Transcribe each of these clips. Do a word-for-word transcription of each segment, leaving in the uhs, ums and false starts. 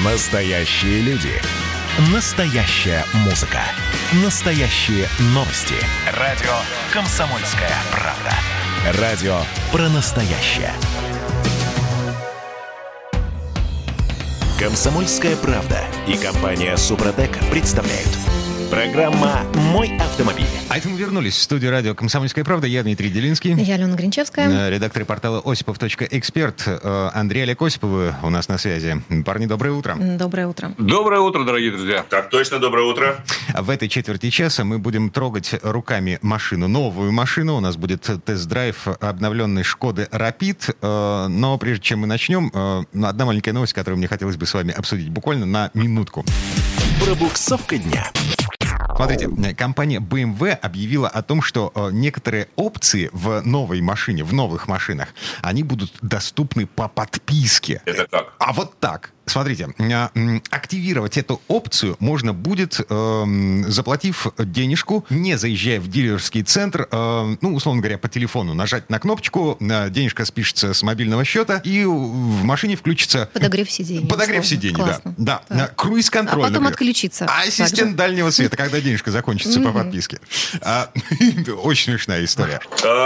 Настоящие люди. Настоящая музыка. Настоящие новости. Радио «Комсомольская правда». Радио про настоящее. «Комсомольская правда» и компания «Супротек» представляют. Программа «Мой автомобиль». А это мы вернулись в студию радио «Комсомольская правда». Я Дмитрий Делинский. Я Алена Гринчевская. Редактор портала осипов точка эксперт. Андрей Олег Осиповы у нас на связи. Парни, доброе утро. Доброе утро. Доброе утро, дорогие друзья. Так точно, доброе утро. В этой четверти часа мы будем трогать руками машину, новую машину. У нас будет тест-драйв обновленной Шкоды Rapid. Но прежде чем мы начнем, одна маленькая новость, которую мне хотелось бы с вами обсудить буквально на минутку. Пробуксовка дня. Смотрите, компания бэ эм вэ объявила о том, что некоторые опции в новой машине, в новых машинах, они будут доступны по подписке. Это как? А вот так. Смотрите, активировать эту опцию можно будет, э, заплатив денежку, не заезжая в дилерский центр, э, ну, условно говоря, по телефону нажать на кнопочку, денежка спишется с мобильного счета, и в машине включится... Подогрев сидений. Подогрев условно. сидений, Классно. да. да. Круиз-контроль, А потом например. отключиться. А ассистент также. дальнего света, когда денежка закончится по подписке. Очень смешная история.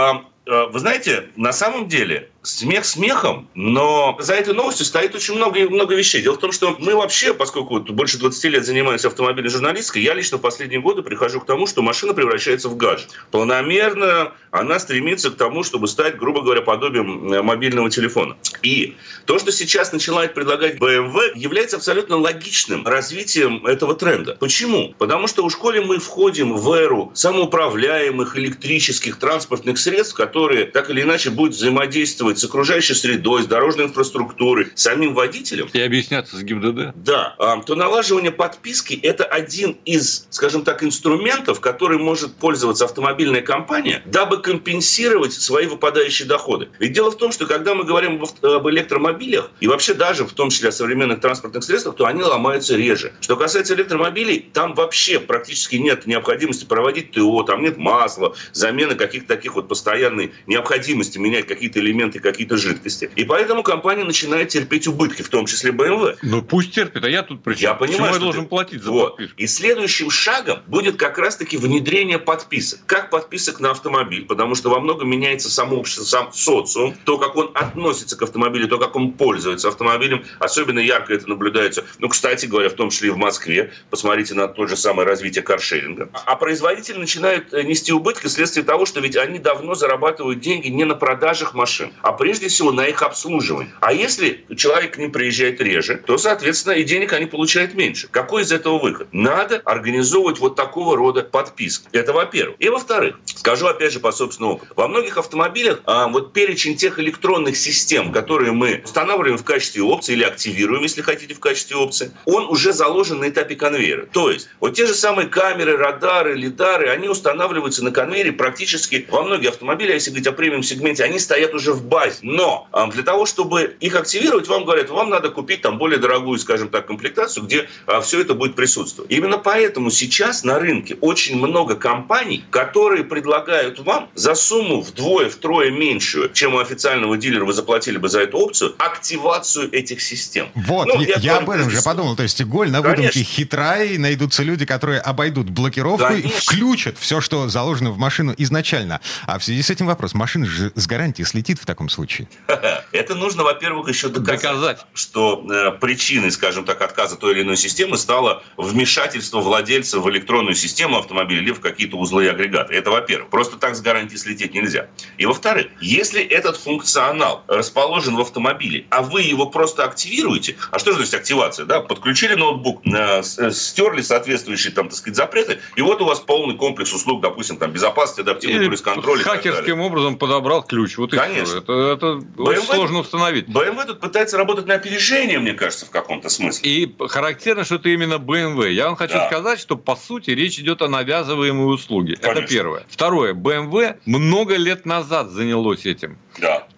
Вы знаете, на самом деле, смех смехом, но за этой новостью стоит очень много, много вещей. Дело в том, что мы вообще, поскольку вот больше двадцати лет занимаемся автомобильной журналистикой, я лично в последние годы прихожу к тому, что машина превращается в гаджет. Планомерно она стремится к тому, чтобы стать, грубо говоря, подобием мобильного телефона. И то, что сейчас начинает предлагать бэ эм вэ, является абсолютно логичным развитием этого тренда. Почему? Потому что уж коли мы входим в эру самоуправляемых электрических транспортных средств, которые так или иначе будут взаимодействовать с окружающей средой, с дорожной инфраструктурой, с самим водителем. И объясняться с ГИБДД. Да. То налаживание подписки – это один из, скажем так, инструментов, который может пользоваться автомобильная компания, дабы компенсировать свои выпадающие доходы. Ведь дело в том, что когда мы говорим об электромобилях, и вообще даже в том числе о современных транспортных средствах, то они ломаются реже. Что касается электромобилей, там вообще практически нет необходимости проводить ТО, там нет масла, замены каких-то таких вот постоянной необходимости менять какие-то элементы, какие-то жидкости. И поэтому компания начинает терпеть убытки, в том числе бэ эм вэ. Ну пусть терпит, а я тут при чем? Я понимаю, Почему что я должен ты... платить за вот. подписку? И следующим шагом будет как раз-таки внедрение подписок. Как подписок на автомобиль, потому что во многом меняется само общество, сам социум, то, как он относится к автомобилю, то, как он пользуется автомобилем. Особенно ярко это наблюдается, ну, кстати говоря, в том числе и в Москве. Посмотрите на то же самое развитие каршеринга. А производители начинают нести убытки вследствие того, что ведь они давно зарабатывают деньги не на продажах машин, а прежде всего на их обслуживании. А если человек к ним приезжает реже, то, соответственно, и денег они получают меньше. Какой из этого выход? Надо организовывать вот такого рода подписки. Это во-первых. И во-вторых, скажу опять же по собственному опыту. Во многих автомобилях а, вот перечень тех электронных систем, которые мы устанавливаем в качестве опции или активируем, если хотите, в качестве опции, он уже заложен на этапе конвейера. То есть вот те же самые камеры, радары, лидары, они устанавливаются на конвейере практически во многие автомобили, если говорить о премиум-сегменте, они стоят уже в базе. Но а, для того, чтобы их активировать, вам говорят, вам надо купить там более дорогую, скажем так, комплектацию, где а, все это будет присутствовать. Именно поэтому сейчас на рынке очень много компаний, которые предлагают вам за сумму вдвое, втрое меньшую, чем у официального дилера вы заплатили бы за эту опцию, активацию этих систем. Вот, ну, я, я, я об этом же подумал. То есть голь на выдумке Конечно. хитра, и найдутся люди, которые обойдут блокировку Конечно. и включат все, что заложено в машину изначально. А в связи с этим вопрос. Машина же с гарантией слетит в таком случае. Это нужно, во-первых, еще доказать, доказать. что э, причиной, скажем так, отказа той или иной системы стало вмешательство владельца в электронную систему автомобиля или в какие-то узлы и агрегаты. Это во-первых. Просто так с гарантией слететь нельзя. И во-вторых, если этот функционал расположен в автомобиле, а вы его просто активируете, а что же значит активация? Да? Подключили ноутбук, э, стерли соответствующие там, так сказать, запреты, и вот у вас полный комплекс услуг, допустим, там, безопасности, адаптивный круиз-контроль. Хакерским образом подобрал ключ. Вот и Конечно. все. Это, это очень сложно установить. бэ эм вэ тут пытается работать на опережение, мне кажется, в каком-то смысле. И характерно, что это именно бэ эм вэ. Я вам хочу Да. сказать, что по сути речь идет о навязываемой услуге. Конечно. Это первое. Второе. бэ эм вэ много лет назад занялось этим. Да.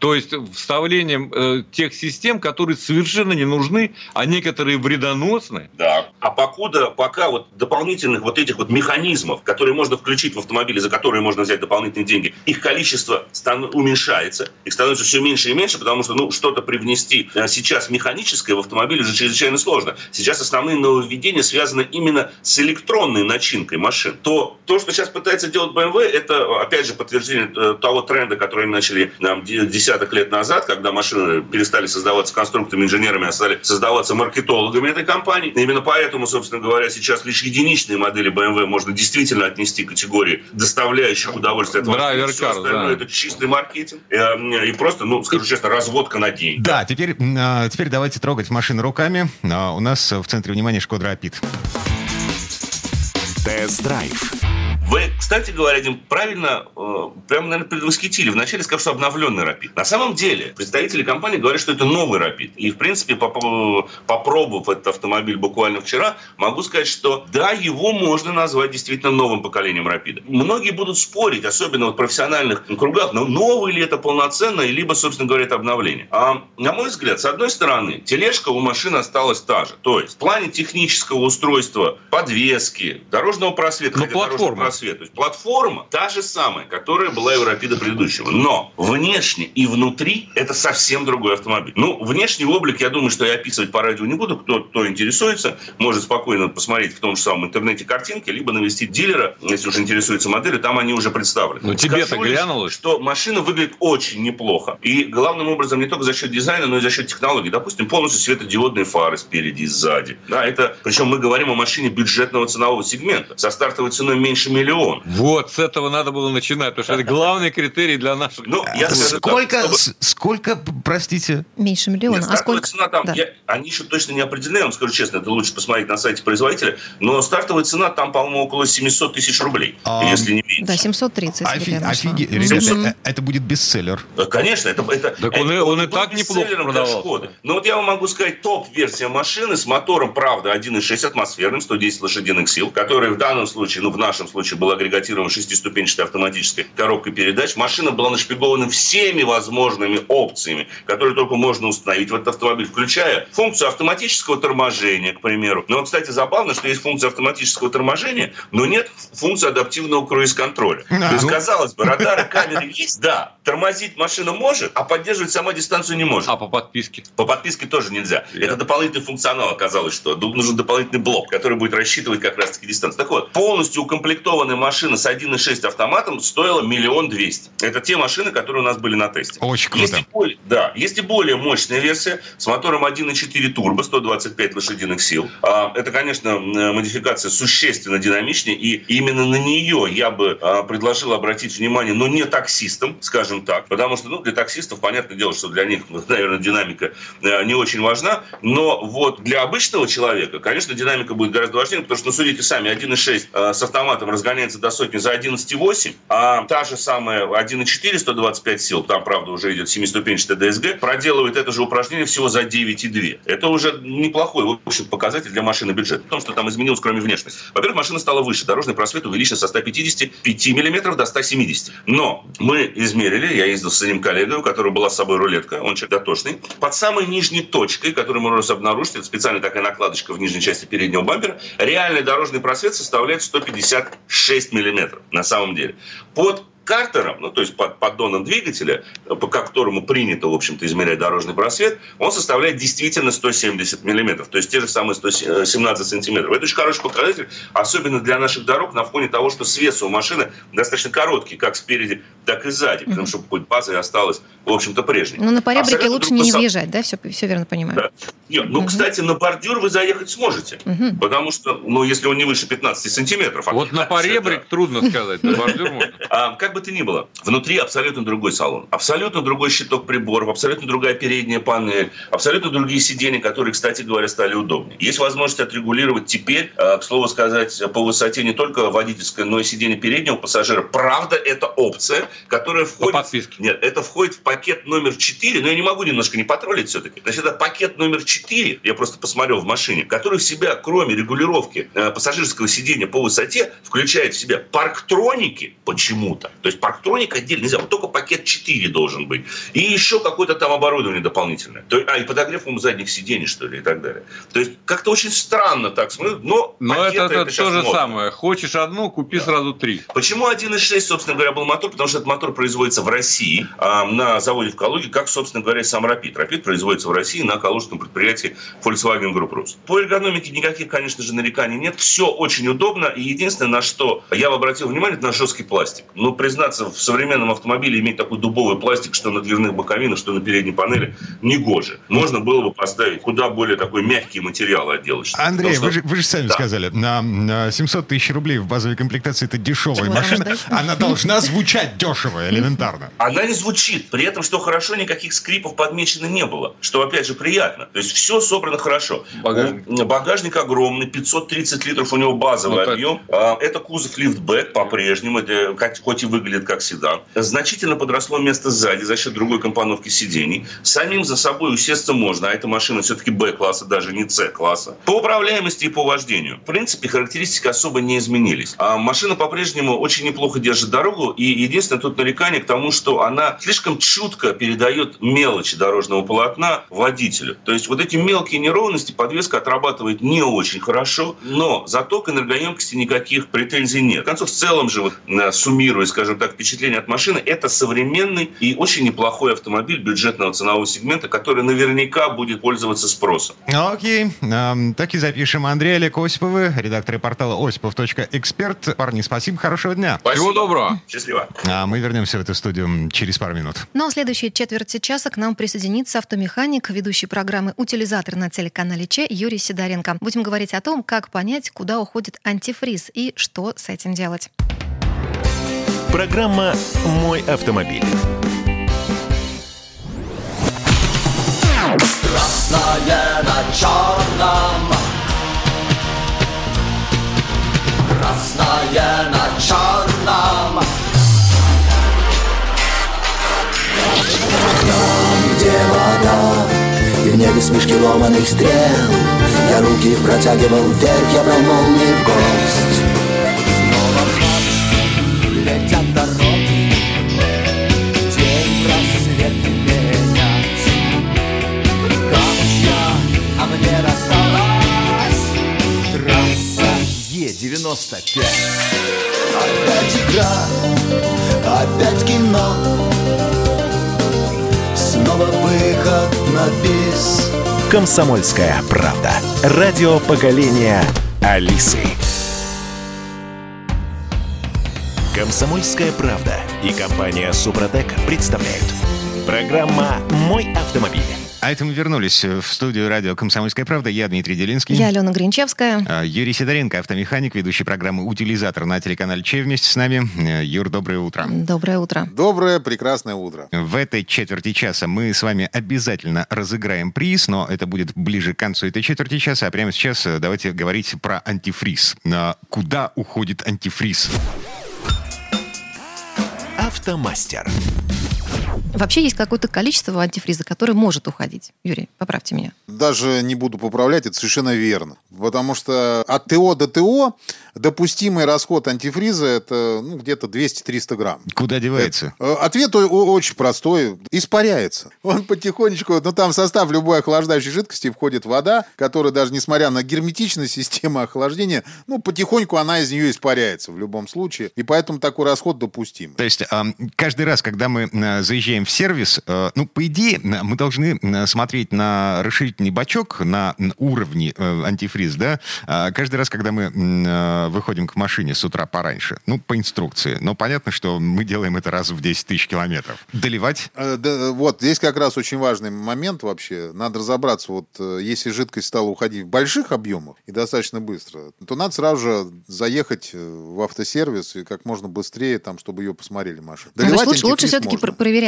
То есть вставлением э, тех систем, которые совершенно не нужны, а некоторые вредоносны. Да. А покуда, пока вот дополнительных вот этих вот механизмов, которые можно включить в автомобиле, за которые можно взять дополнительные деньги, их количество стан- уменьшается, их становится все меньше и меньше, потому что ну, что-то привнести сейчас механическое в автомобиль уже чрезвычайно сложно. Сейчас основные нововведения связаны именно с электронной начинкой машин. То, то что сейчас пытается делать бэ эм вэ, это, опять же, подтверждение того тренда, который они начали там, десяток лет назад, когда машины перестали создаваться конструкторами, инженерами, а стали создаваться маркетологами этой компании. И именно поэтому, собственно говоря, сейчас лишь единичные модели бэ эм вэ можно действительно отнести к категории доставляющих удовольствие от Драйвер все кар, остальное да. это чистый маркетинг и, и просто, ну, скажу честно, разводка на деньги. Да, теперь, теперь давайте трогать машины руками. У нас в центре внимания Шкода Рапид. Тест-драйв. Вы, кстати говоря, Дим, правильно, э, прямо, наверное, предвосхитили. Вначале сказал, что обновленный Рапид. На самом деле, представители компании говорят, что это новый Рапид. И, в принципе, поп- попробовав этот автомобиль буквально вчера, могу сказать, что да, его можно назвать действительно новым поколением Рапида. Многие будут спорить, особенно в профессиональных кругах, но новый ли это полноценный, либо, собственно говоря, это обновление. А, на мой взгляд, с одной стороны, тележка у машины осталась та же. То есть, в плане технического устройства, подвески, дорожного просвета, Но платформа. То есть платформа та же самая, которая была и у Рапида предыдущего. Но внешне и внутри это совсем другой автомобиль. Ну, внешний облик, я думаю, что я описывать по радио не буду. Кто, кто интересуется, может спокойно посмотреть в том же самом интернете картинки, либо навестить дилера, если уж интересуется моделью, там они уже представлены. Но тебе-то Скажу лишь, глянулось? что машина выглядит очень неплохо. И главным образом не только за счет дизайна, но и за счет технологий. Допустим, полностью светодиодные фары спереди и сзади. Да, это, причем мы говорим о машине бюджетного ценового сегмента со стартовой ценой меньше миллиона. Вот, с этого надо было начинать, потому что это главный критерий для наших... Ну, я скажу Сколько, так, чтобы... с- сколько, простите? Меньше миллиона. Нет, А стартовая сколько? цена там, Да. я, они еще точно не определены, я вам скажу честно, это лучше посмотреть на сайте производителя, но стартовая цена там, по-моему, около семьсот тысяч рублей, А, если не меньше. Да, семьсот тридцать. Офи- вот я нашла. офиге- Мгм. ребята, э, это будет бестселлер. Конечно, это, это, Так он и- это он и был так неплохо бестселлером для продавался. Шкоды. Но вот я вам могу сказать, топ-версия машины с мотором, правда, один и шесть атмосферным, сто десять лошадиных сил, который в данном случае, ну, в нашем случае был агрегатирован шестиступенчатой автоматической коробкой передач. Машина была нашпигована всеми возможными опциями, которые только можно установить в этот автомобиль, включая функцию автоматического торможения, к примеру. Но, кстати, забавно, что есть функция автоматического торможения, но нет функции адаптивного круиз-контроля. А, То есть, ну. казалось бы, радары, камеры есть, да, тормозить машина может, а поддерживать сама дистанцию не может. А по подписке? По подписке тоже нельзя. Yeah. Это дополнительный функционал оказалось, что нужен дополнительный блок, который будет рассчитывать как раз-таки дистанцию. Так вот, полностью укомплектованная машина с один и шесть автоматом стоила миллион двести. Это те машины, которые у нас были на тесте. Очень круто. Есть и более, да, есть и более мощная версия с мотором один и четыре турбо, сто двадцать пять лошадиных сил. А, Это, конечно, модификация существенно динамичнее, и именно на нее я бы а, предложил обратить внимание, но не таксистам, скажем так, потому что ну, для таксистов, понятное дело, что для них, наверное, динамика а, не очень важна, но вот для обычного человека, конечно, динамика будет гораздо важнее, потому что, ну, судите сами, один и шесть а, с автоматом разгоняется до сотни за одиннадцать и восемь, а та же самая один и четыре, сто двадцать пять сил, там, правда, уже идет семиступенчатая ди эс джи, проделывает это же упражнение всего за девять и два. Это уже неплохой, в общем, показатель для машины бюджета. В том, что там изменилось, кроме внешности. Во-первых, машина стала выше, дорожный просвет увеличен со ста пятидесяти пяти миллиметров до ста семидесяти. Но мы измерили, я ездил с одним коллегой, у которого была с собой рулетка, он человек дотошный, под самой нижней точкой, которую мы можем обнаружить, это специальная такая накладочка в нижней части переднего бампера, реальный дорожный просвет составляет сто пятьдесят шесть миллиметров на самом деле. Под картером, ну, то есть под поддоном двигателя, по которому принято, в общем-то, измерять дорожный просвет, он составляет действительно сто семьдесят миллиметров, то есть те же самые сто семнадцать сантиметров. Это очень хороший показатель, особенно для наших дорог, на фоне того, что свес у машины достаточно короткий, как спереди, так и сзади, потому что хоть база и осталась, в общем-то, прежней. Ну, на поребрике Абсолютно лучше не другой въезжать, да? Все, все верно понимаю. Да. Нет, ну, Мгм. кстати, на бордюр вы заехать сможете, Мгм. потому что, ну, если он не выше пятнадцати сантиметров. Вот а- на а- поребрик это- трудно сказать, на бордюр можно. А, как бы то ни было, внутри абсолютно другой салон, абсолютно другой щиток приборов, абсолютно другая передняя панель, абсолютно другие сиденья, которые, кстати говоря, стали удобнее. Есть возможность отрегулировать теперь, к слову сказать, по высоте не только водительское, но и сиденье переднего пассажира. Правда, это опция, которая входит... По подписке. Нет, это входит в пакет номер четыре, но я не могу немножко не потроллить все-таки. Значит, это пакет номер четыре, я просто посмотрел в машине, который в себя, кроме регулировки э, пассажирского сидения по высоте, включает в себя парктроники почему-то. То есть парктроник отдельно нельзя, вот только пакет четыре должен быть. И еще какое-то там оборудование дополнительное. То есть, а, и подогрев, по-моему, задних сидений, что ли, и так далее. То есть как-то очень странно так смотрю, но... Но это, это, это то же модно. Самое. Хочешь одну, купи да. сразу три. Почему один и шесть, собственно говоря, был мотор? Потому что этот мотор производится в России, а, на заводе в Калуге, как, собственно говоря, сам Rapid. Rapid производится в России на калужском предприятии Volkswagen Group Rus. По эргономике никаких, конечно же, нареканий нет. Все очень удобно. И единственное, на что я бы обратил внимание, это на жесткий пластик. Но, признаться, в современном автомобиле иметь такой дубовый пластик, что на дверных боковинах, что на передней панели, негоже. Можно было бы поставить куда более такой мягкий материал отделочный. Андрей, Потому вы, что... же, вы же сами да. сказали, на, на семьсот тысяч рублей в базовой комплектации это дешевая Чего машина. рождать? Она должна звучать дешево, элементарно. Она не звучит. При этом, что хорошо, никаких скрипов подмечено не было. Что, опять же, приятно. То есть все собрано хорошо. Багажник, Багажник огромный, пятьсот тридцать литров у него базовый ну, объем. Так. Это кузов лифтбэк по-прежнему, это, хоть и выглядит как седан. Значительно подросло место сзади за счет другой компоновки сидений. Самим за собой усесться можно, а эта машина все-таки Б-класса, даже не С-класса. По управляемости и по вождению. В принципе, характеристики особо не изменились. А машина по-прежнему очень неплохо держит дорогу. И единственное тут нарекание к тому, что она слишком чутко передает мелочи дорожного полотна водителю. То есть вот эти мелкие неровности подвеска отрабатывает не очень хорошо, но зато к энергоемкости никаких претензий нет. В конце в целом же, вот, суммируя, скажем так, впечатление от машины, это современный и очень неплохой автомобиль бюджетного ценового сегмента, который наверняка будет пользоваться спросом. Окей, эм, так и запишем. Андрей, Олег Осиповы, редакторы портала осипов точка эксперт. Парни, спасибо, хорошего дня. Спасибо. Всего доброго. Счастливо. А мы вернемся в эту студию через пару минут. Ну а в следующей четверти часа к нам присоединится автомеханик, ведущий программы «Утилизатор» на телеканале Че Юрий Сидоренко. Будем говорить о том, как понять, куда уходит антифриз и что с этим делать. Программа «Мой автомобиль». Красное на черном, красное на черном. Там, где вода, и в небе смешки ломаных стрел, я руки протягивал вверх, я брал молнии в гость. Снова в ночь летят дороги, день рассвет менять. Камушья, а мне рассталась трасса Е девяносто пять. Опять игра, опять кино, снова выход на бис. «Комсомольская правда». Радио поколения Алисы. «Комсомольская правда» и компания «Супротек» представляют. Программа «Мой автомобиль». А это мы вернулись в студию радио «Комсомольская правда». Я Дмитрий Делинский. Я Алена Гринчевская. Юрий Сидоренко, автомеханик, ведущий программы «Утилизатор» на телеканале Че вместе с нами. Юр, доброе утро. Доброе утро. Доброе, прекрасное утро. В этой четверти часа мы с вами обязательно разыграем приз, но это будет ближе к концу этой четверти часа. А прямо сейчас давайте говорить про антифриз. Куда уходит антифриз? Автомастер. Вообще есть какое-то количество антифриза, которое может уходить. Юрий, поправьте меня. Даже не буду поправлять, это совершенно верно. Потому что от ТО до ТО допустимый расход антифриза это ну, где-то двести-триста грамм. Куда девается? Это, ответ очень простой. Испаряется. Он потихонечку, ну там в состав любой охлаждающей жидкости входит вода, которая даже несмотря на герметичность системы охлаждения, ну потихоньку она из нее испаряется в любом случае. И поэтому такой расход допустим. То есть каждый раз, когда мы заезжаем в сервис, ну по идее мы должны смотреть на расширительный бачок, на уровни антифриза, да, каждый раз, когда мы выходим к машине с утра пораньше, ну, по инструкции. Но понятно, что мы делаем это раз в десять тысяч километров. Доливать? Э, да, вот, здесь как раз очень важный момент вообще. Надо разобраться, вот, если жидкость стала уходить в больших объемах и достаточно быстро, то надо сразу же заехать в автосервис и как можно быстрее, там, чтобы ее посмотрели машину. Доливать лучше, лучше все-таки проверять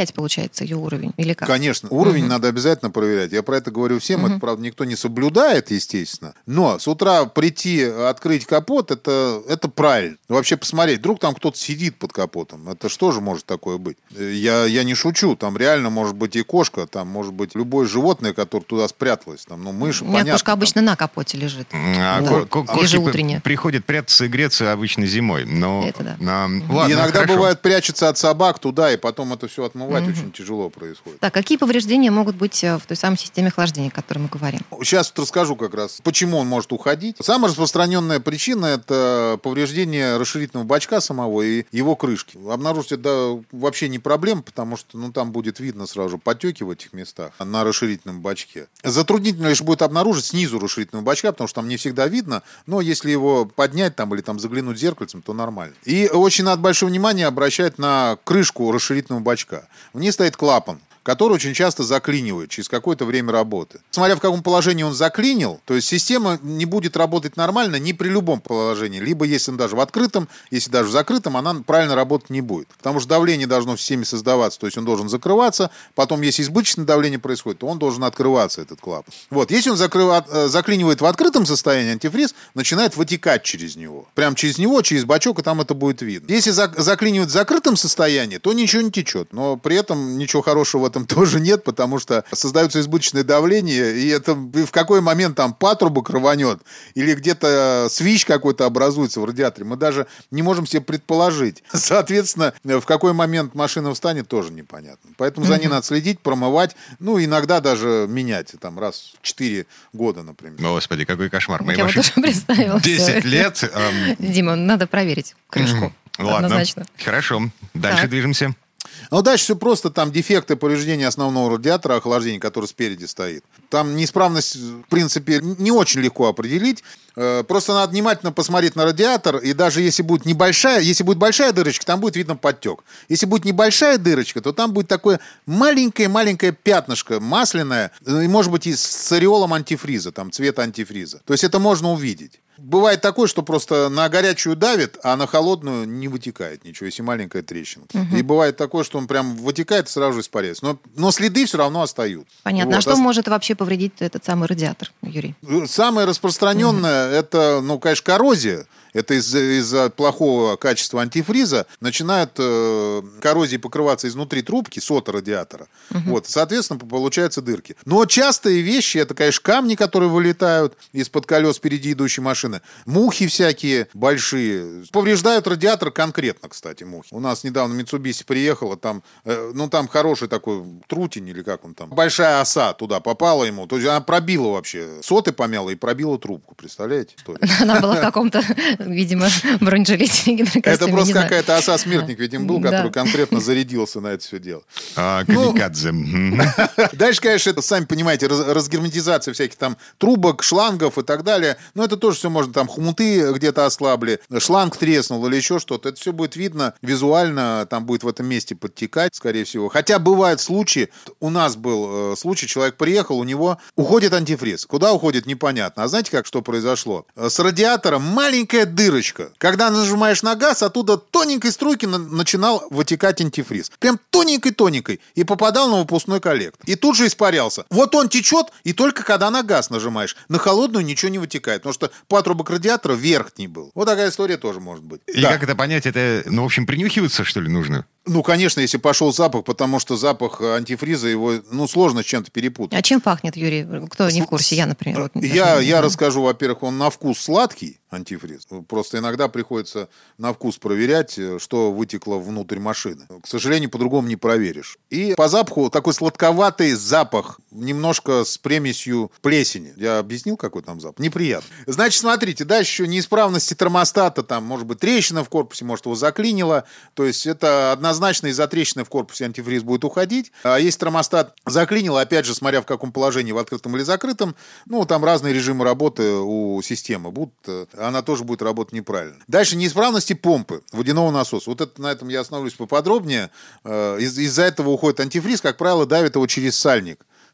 проверять, получается, ее уровень? Или как? Конечно, уровень Угу. надо обязательно проверять. Я про это говорю всем. Мгм. Это, правда, никто не соблюдает, естественно. Но с утра прийти, открыть капот, это, это правильно. Вообще посмотреть, вдруг там кто-то сидит под капотом. Это что же может такое быть? Я, я не шучу. Там реально может быть и кошка, там может быть любое животное, которое туда спряталось. Там, ну, мышь, У меня понятно. кошка там. обычно на капоте лежит. А Да. ко- ко- кошки Ежеутренне. при- приходят прятаться и греться обычно зимой. Но, Это да. а, И ладно, иногда хорошо. бывает прячется от собак туда, и потом это все отмывать Мгм. очень тяжело происходит. Так, какие повреждения могут быть э, в той самой системе охлаждения, о которой мы говорим? Сейчас вот расскажу как раз, почему он может уходить. Самая распространенная причина – это повреждение расширительного бачка самого и его крышки. Обнаружить это вообще не проблема, потому что ну, там будет видно сразу же потеки в этих местах на расширительном бачке. Затруднительно лишь будет обнаружить снизу расширительного бачка, потому что там не всегда видно, но если его поднять там, или там заглянуть зеркальцем, то нормально. И очень надо большое внимание обращать на крышку расширительного бачка. В ней стоит клапан, который очень часто заклинивает через какое-то время работы. Смотря в каком положении он заклинил, то есть система не будет работать нормально ни при любом положении. Либо если он даже в открытом, если даже в закрытом, она правильно работать не будет. Потому что давление должно в системе создаваться, то есть он должен закрываться. Потом, если избыточное давление происходит, то он должен открываться, этот клапан. Вот. Если он закрыва... заклинивает в открытом состоянии, антифриз начинает вытекать через него. Прям через него, через бачок, и там это будет видно. Если зак... заклинивает в закрытом состоянии, то ничего не течет. Но при этом ничего хорошего в этом тоже нет, потому что создается избыточное давление, и это в какой момент там патрубок рванет, или где-то свищ какой-то образуется в радиаторе, мы даже не можем себе предположить. Соответственно, в какой момент машина встанет, тоже непонятно. Поэтому за ней надо следить, промывать, ну, иногда даже менять, там, раз в четыре года, например. Господи, какой кошмар. Мои Я вот машины тоже представила. всё десять это. лет. эм, Дима, надо проверить крышку. Ладно, Однозначно. хорошо. Дальше Так. движемся. Ну, дальше все просто, там дефекты повреждения основного радиатора охлаждения, который спереди стоит. Там неисправность, в принципе, не очень легко определить. Э, Просто надо внимательно посмотреть на радиатор, и даже если будет небольшая, если будет большая дырочка, там будет видно подтек. Если будет небольшая дырочка, то там будет такое маленькое-маленькое пятнышко масляное, э, и, может быть, и с ореолом антифриза, там, цвета антифриза. То есть это можно увидеть. Бывает такое, что просто на горячую давит, а на холодную не вытекает ничего, если маленькая трещинка. И бывает такое, что он прям вытекает и сразу же испаряется. Но, но следы все равно остаются. Понятно. А Вот. что Ос- может вообще повредить этот самый радиатор, Юрий? Самое распространенное это, ну, конечно, коррозия. Это из-за, из-за плохого качества антифриза начинает э, коррозией покрываться изнутри трубки, сота радиатора. Вот, соответственно, получаются дырки. Но частые вещи, это, конечно, камни, которые вылетают из-под колес впереди идущей машины. Мухи всякие большие. Повреждают радиатор конкретно, кстати, мухи. У нас недавно Mitsubishi приехала, там, э, ну, там хороший такой трутень, или как он там. Большая оса туда попала ему. То есть она пробила вообще. Соты помяла и пробила трубку. Представляете? Историю? Она была в каком-то, видимо, бронежилете, гидрокостюме, Это не просто знаю. какая-то оса-смертник, видимо, был, Да. который конкретно зарядился на это все дело. А, Ну, камикадзе. Мгм. Дальше, конечно, это, сами понимаете, раз- разгерметизация всяких там трубок, шлангов и так далее. Но это тоже все можно, там хомуты где-то ослабли, шланг треснул или еще что-то. Это все будет видно визуально, там будет в этом месте подтекать, скорее всего. Хотя бывают случаи, у нас был э, случай, человек приехал, у него уходит антифриз. Куда уходит, непонятно. А знаете, как что произошло? Э, С радиатором маленькая дырочка. Когда нажимаешь на газ, оттуда тоненькой струйки на- начинал вытекать антифриз. Прям тоненькой-тоненькой. И попадал на выпускной коллектор. И тут же испарялся. Вот он течет, и только когда на газ нажимаешь. На холодную ничего не вытекает. Потому что патрубок радиатора верхний был. Вот такая история тоже может быть. И Да. как это понять? Это, ну, в общем, принюхиваться, что ли, нужно? Ну, конечно, если пошел запах, потому что запах антифриза, его, ну, сложно с чем-то перепутать. А чем пахнет, Юрий? Кто не в курсе? Я, например. вот даже Я, не я знаю. расскажу, во-первых, он на вкус сладкий, антифриз. Просто иногда приходится на вкус проверять, что вытекло внутрь машины. К сожалению, по-другому не проверишь. И по запаху такой сладковатый запах, немножко с примесью плесени. Я объяснил, какой там запах? Неприятно. Значит, смотрите, дальше еще неисправности термостата, там, может быть, трещина в корпусе, может, его заклинило. То есть это однозначно из-за трещины в корпусе антифриз будет уходить. А если термостат заклинило, опять же, смотря в каком положении, в открытом или закрытом, ну, там разные режимы работы у системы будут, она тоже будет работать неправильно. Дальше неисправности помпы водяного насоса. Вот это, на этом я остановлюсь поподробнее. Из- Из-за этого уходит антифриз, как правило, давит его через сальник.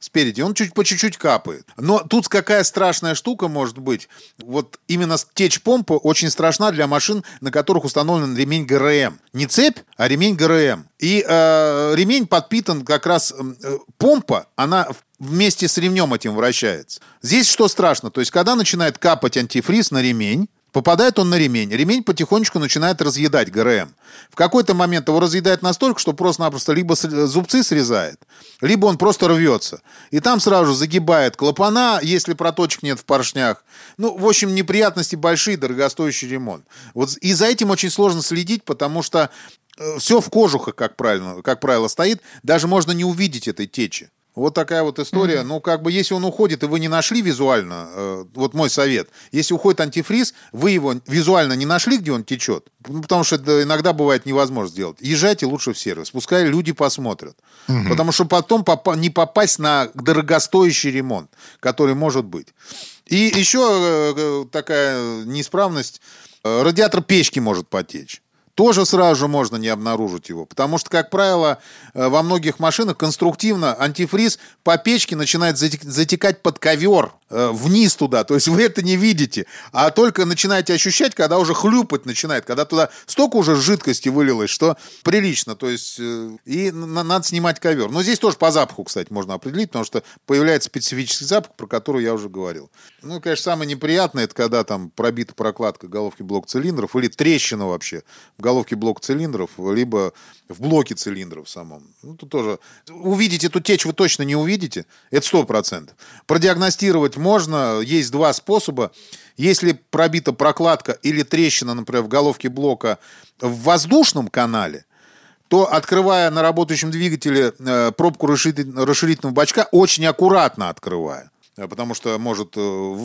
спереди, он чуть по чуть-чуть капает. Но тут какая страшная штука может быть. Вот именно течь помпы очень страшна для машин, на которых установлен ремень ГРМ. Не цепь, а ремень ГРМ. И э, ремень подпитан как раз... Э, помпа, она вместе с ремнем этим вращается. Здесь что страшно? То есть, когда начинает капать антифриз на ремень, попадает он на ремень, ремень потихонечку начинает разъедать ГРМ. В какой-то момент его разъедает настолько, что просто-напросто либо зубцы срезает, либо он просто рвется. И там сразу же загибает клапана, если проточек нет в поршнях. Ну, в общем, неприятности большие, дорогостоящий ремонт. Вот и за этим очень сложно следить, потому что все в кожухах, как правило, как правило, стоит. Даже можно не увидеть этой течи. Вот такая вот история. Mm-hmm. Ну, как бы, если он уходит, и вы не нашли визуально, э, вот мой совет, если уходит антифриз, вы его визуально не нашли, где он течет, потому что это иногда бывает невозможно сделать, езжайте лучше в сервис, пускай люди посмотрят. Mm-hmm. Потому что потом попа- не попасть на дорогостоящий ремонт, который может быть. И еще э, такая неисправность, э, радиатор печки может потечь. Тоже сразу же можно не обнаружить его. Потому что, как правило, во многих машинах конструктивно антифриз по печке начинает затекать под ковер, вниз туда. То есть вы это не видите, а только начинаете ощущать, когда уже хлюпать начинает, когда туда столько уже жидкости вылилось, что прилично. То есть и надо снимать ковер. Но здесь тоже по запаху, кстати, можно определить, потому что появляется специфический запах, про который я уже говорил. Ну, конечно, самое неприятное, это когда там пробита прокладка головки блок-цилиндров или трещина вообще в головке блок-цилиндров, либо в блоке цилиндров самом. Ну, тут тоже... Увидеть эту течь вы точно не увидите. Это сто процентов. Продиагностировать можно. Есть два способа. Если пробита прокладка или трещина, например, в головке блока в воздушном канале, то, открывая на работающем двигателе пробку расширительного бачка, очень аккуратно открывая, потому что может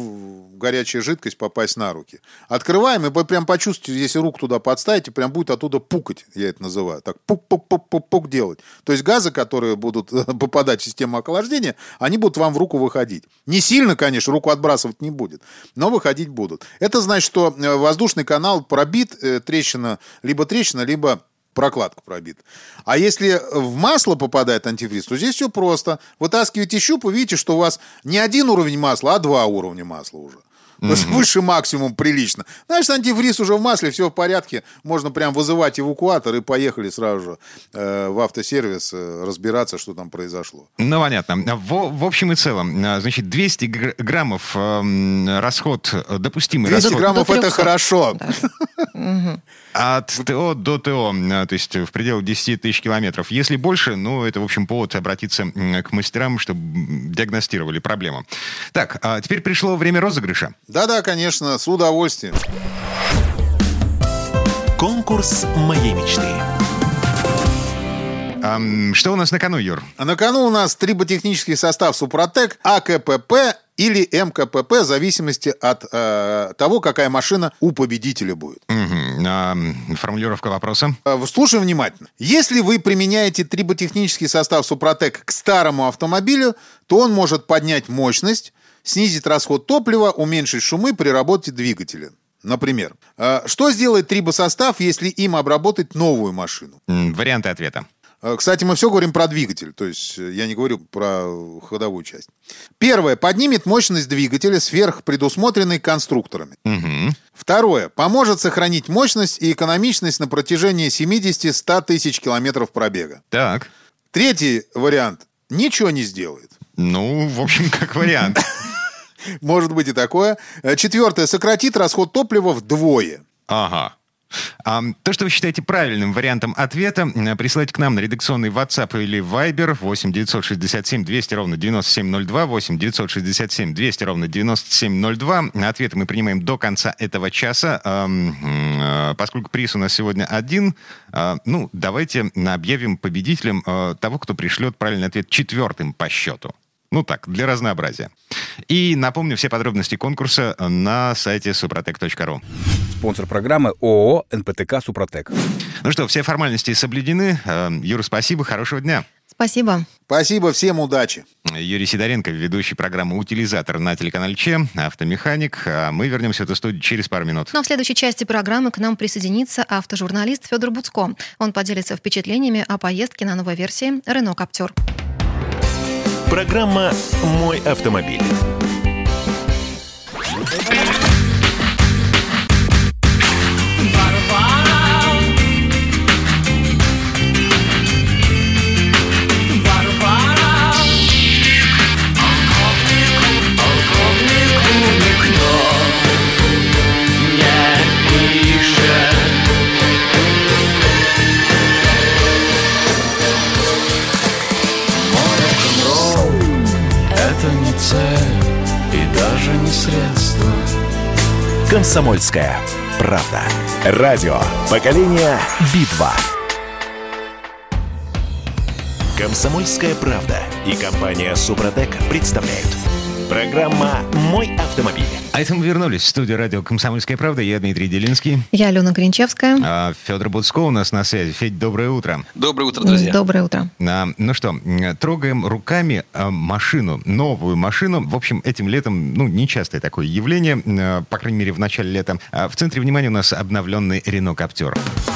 горячая жидкость попасть на руки. Открываем, и вы прям почувствуете, если руку туда подставите, прям будет оттуда пукать, я это называю. Так пук-пук-пук-пук делать. То есть газы, которые будут попадать в систему охлаждения, они будут вам в руку выходить. Не сильно, конечно, руку отбрасывать не будет, но выходить будут. Это значит, что воздушный канал пробит, трещина, либо трещина, либо прокладка пробита. А если в масло попадает антифриз, то здесь все просто. Вытаскиваете щуп, и видите, что у вас не один уровень масла, а два уровня масла уже. То есть mm-hmm. выше максимум прилично. Значит, антифриз уже в масле, все в порядке. Можно прям вызывать эвакуатор и поехали сразу же э, в автосервис э, разбираться, что там произошло. Ну, понятно. В, в общем и целом, значит, двести граммов э, расход допустимый. двести расход. граммов это хорошо. От ТО до ТО, то есть в пределах десять тысяч километров. Если больше, ну, это, в общем, повод обратиться к мастерам, чтобы диагностировали проблему. Так, а теперь пришло время розыгрыша. Да-да, конечно, с удовольствием. Конкурс моей мечты. А, что у нас на кону, Юр? А на кону у нас триботехнический состав Супротек, АКПП или МКПП, в зависимости от э, того, какая машина у победителя будет. Угу. А, формулировка вопроса. Слушаем внимательно. Если вы применяете триботехнический состав Супротек к старому автомобилю, то он может поднять мощность, снизить расход топлива, уменьшить шумы при работе двигателя. Например, что сделает трибосостав, если им обработать новую машину? Варианты ответа. Кстати, мы все говорим про двигатель, то есть я не говорю про ходовую часть. Первое. Поднимет мощность двигателя сверх предусмотренной конструкторами. Угу. Второе. Поможет сохранить мощность и экономичность на протяжении семьдесят-сто тысяч километров пробега. Так. Третий вариант. Ничего не сделает. Ну, в общем, как вариант. Может быть и такое. Четвертое. Сократит расход топлива вдвое. Ага. А, то, что вы считаете правильным вариантом ответа, присылайте к нам на редакционный WhatsApp или Viber восемь девятьсот шестьдесят семь двести ровно девяносто семь ноль два, восемь девятьсот шестьдесят семь двести ровно девяносто семь ноль два. Ответы мы принимаем до конца этого часа. Поскольку приз у нас сегодня один, ну, давайте объявим победителем того, кто пришлет правильный ответ четвертым по счету. Ну так, для разнообразия. И напомню, все подробности конкурса на сайте супротек точка ру. Спонсор программы ООО эн пэ тэ ка «Супротек». Ну что, все формальности соблюдены. Юра, спасибо, хорошего дня. Спасибо. Спасибо, всем удачи. Юрий Сидоренко, ведущий программы «Утилизатор» на телеканале Че, автомеханик. А мы вернемся в эту студию через пару минут. Ну а в следующей части программы к нам присоединится автожурналист Федор Буцко. Он поделится впечатлениями о поездке на новой версии Renault Captur. Программа «Мой автомобиль». «Комсомольская правда». Радио поколения Би-два. «Комсомольская правда» и компания «Супротек» представляют. Программа «Мой автомобиль». А это мы вернулись в студию радио «Комсомольская правда». Я Дмитрий Делинский. Я Алена Гринчевская. А Федор Буцко у нас на связи. Федь, доброе утро. Доброе утро, друзья. Доброе утро. А, ну что, трогаем руками машину, новую машину. В общем, этим летом, ну, нечастое такое явление, по крайней мере, в начале лета. В центре внимания у нас обновленный Renault Captur.